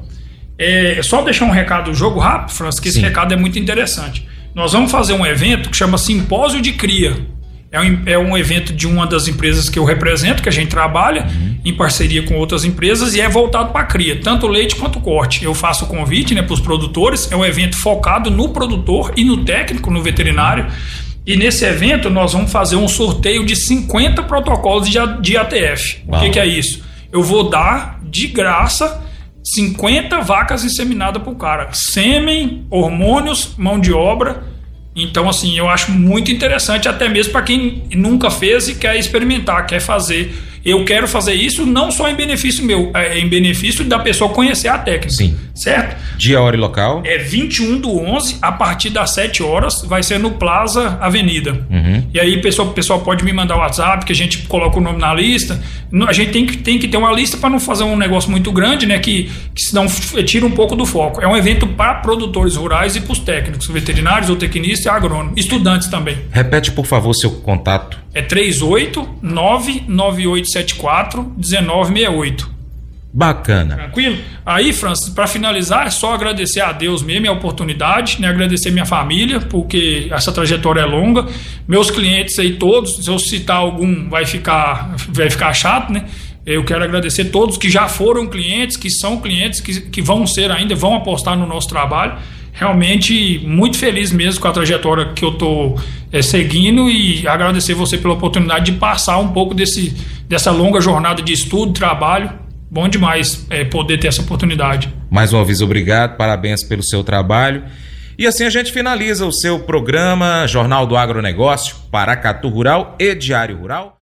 É só deixar um recado, jogo rápido, Francis, que esse Sim. recado é muito interessante. Nós vamos fazer um evento que chama Simpósio de Cria. É um, é um evento de uma das empresas que eu represento, que a gente trabalha uhum. em parceria com outras empresas, e é voltado para a cria, tanto leite quanto corte. Eu faço o convite, né, para os produtores. É um evento focado no produtor e no técnico, no veterinário. E nesse evento nós vamos fazer um sorteio de cinquenta protocolos de, de A T F. Uau. O que, que é isso? Eu vou dar de graça cinquenta vacas inseminadas para o cara. Sêmen, hormônios, mão de obra. Então, assim, eu acho muito interessante, até mesmo para quem nunca fez e quer experimentar, quer fazer. Eu quero fazer isso não só em benefício meu, é em benefício da pessoa conhecer a técnica. Sim. Certo? Dia, hora e local? É vinte e um do onze, a partir das sete horas, vai ser no Plaza Avenida. Uhum. E aí o pessoal, pessoal pode me mandar o WhatsApp, que a gente coloca o nome na lista. A gente tem que, tem que ter uma lista para não fazer um negócio muito grande, né? Que, que senão tira um pouco do foco. É um evento para produtores rurais e para os técnicos, veterinários, ou tecnistas e agrônomos, estudantes também. Repete, por favor, seu contato. É trinta e oito, nove nove oito sete quatro um nove seis oito. Bacana. Tranquilo? Aí, Francis, para finalizar, é só agradecer a Deus mesmo a oportunidade, né? Agradecer minha família, porque essa trajetória é longa. Meus clientes aí todos, se eu citar algum, vai ficar, vai ficar chato, né? Eu quero agradecer todos que já foram clientes, que são clientes, que, que vão ser ainda, vão apostar no nosso trabalho. Realmente muito feliz mesmo com a trajetória que eu estou é, seguindo, e agradecer você pela oportunidade de passar um pouco desse, dessa longa jornada de estudo, trabalho. Bom demais é, poder ter essa oportunidade. Mais uma vez, obrigado, parabéns pelo seu trabalho. E assim a gente finaliza o seu programa Jornal do Agronegócio, Paracatu Rural e Diário Rural.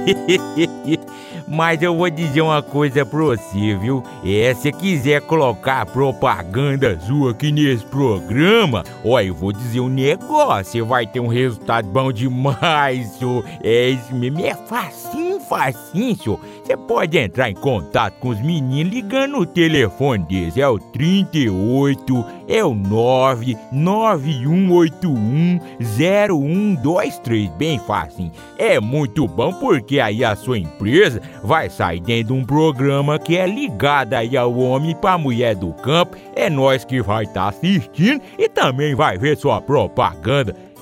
Mas eu vou dizer uma coisa pra você, viu? É, se quiser colocar propaganda sua aqui nesse programa, ó, eu vou dizer um negócio, você vai ter um resultado bom demais, senhor. É isso mesmo, é facinho, facinho, senhor. Você pode entrar em contato com os meninos ligando o telefone deles, é o trinta e oito, é o nove nove um oito um zero um dois três, bem facinho. É muito bom porque aí a sua empresa vai sair dentro de um programa que é ligado aí ao homem pra mulher do campo. É nós que vai estar tá assistindo e também vai ver sua propaganda.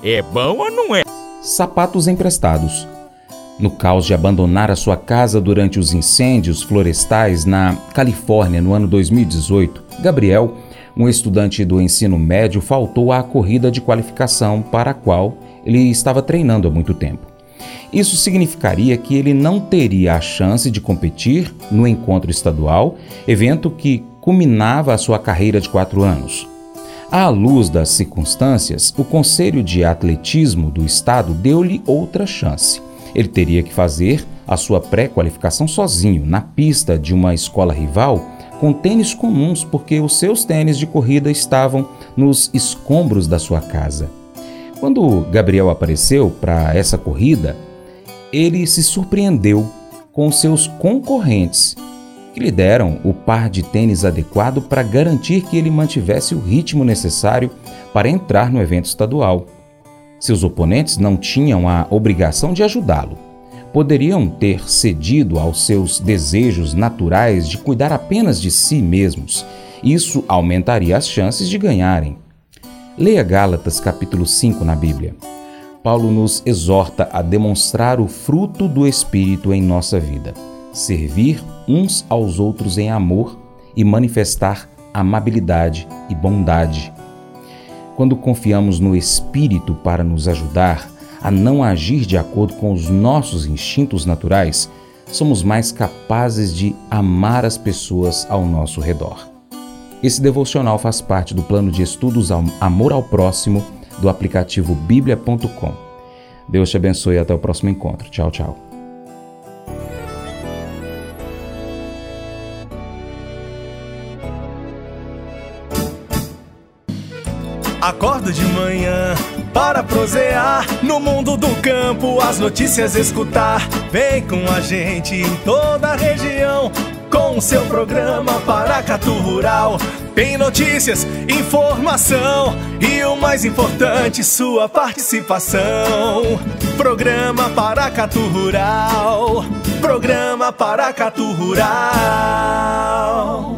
É bom ou não é? Sapatos emprestados. No caos de abandonar a sua casa durante os incêndios florestais na Califórnia no ano dois mil e dezoito, Gabriel, um estudante do ensino médio, faltou à corrida de qualificação para a qual ele estava treinando há muito tempo. Isso significaria que ele não teria a chance de competir no encontro estadual, evento que culminava a sua carreira de quatro anos. À luz das circunstâncias, o Conselho de Atletismo do Estado deu-lhe outra chance. Ele teria que fazer a sua pré-qualificação sozinho, na pista de uma escola rival, com tênis comuns, porque os seus tênis de corrida estavam nos escombros da sua casa. Quando Gabriel apareceu para essa corrida, ele se surpreendeu com seus concorrentes, que lhe deram o par de tênis adequado para garantir que ele mantivesse o ritmo necessário para entrar no evento estadual. Seus oponentes não tinham a obrigação de ajudá-lo. Poderiam ter cedido aos seus desejos naturais de cuidar apenas de si mesmos. Isso aumentaria as chances de ganharem. Leia Gálatas capítulo cinco na Bíblia. Paulo nos exorta a demonstrar o fruto do Espírito em nossa vida, servir uns aos outros em amor e manifestar amabilidade e bondade. Quando confiamos no Espírito para nos ajudar a não agir de acordo com os nossos instintos naturais, somos mais capazes de amar as pessoas ao nosso redor. Esse devocional faz parte do plano de estudos Amor ao Próximo do aplicativo bíblia ponto com. Deus te abençoe e até o próximo encontro. Tchau, tchau. Acordo de manhã para prosear no mundo do campo, as notícias escutar. Vem com a gente em toda a região com o seu programa Paracatu Rural. Tem notícias, informação e o mais importante, sua participação. Programa Paracatu Rural. Programa Paracatu Rural.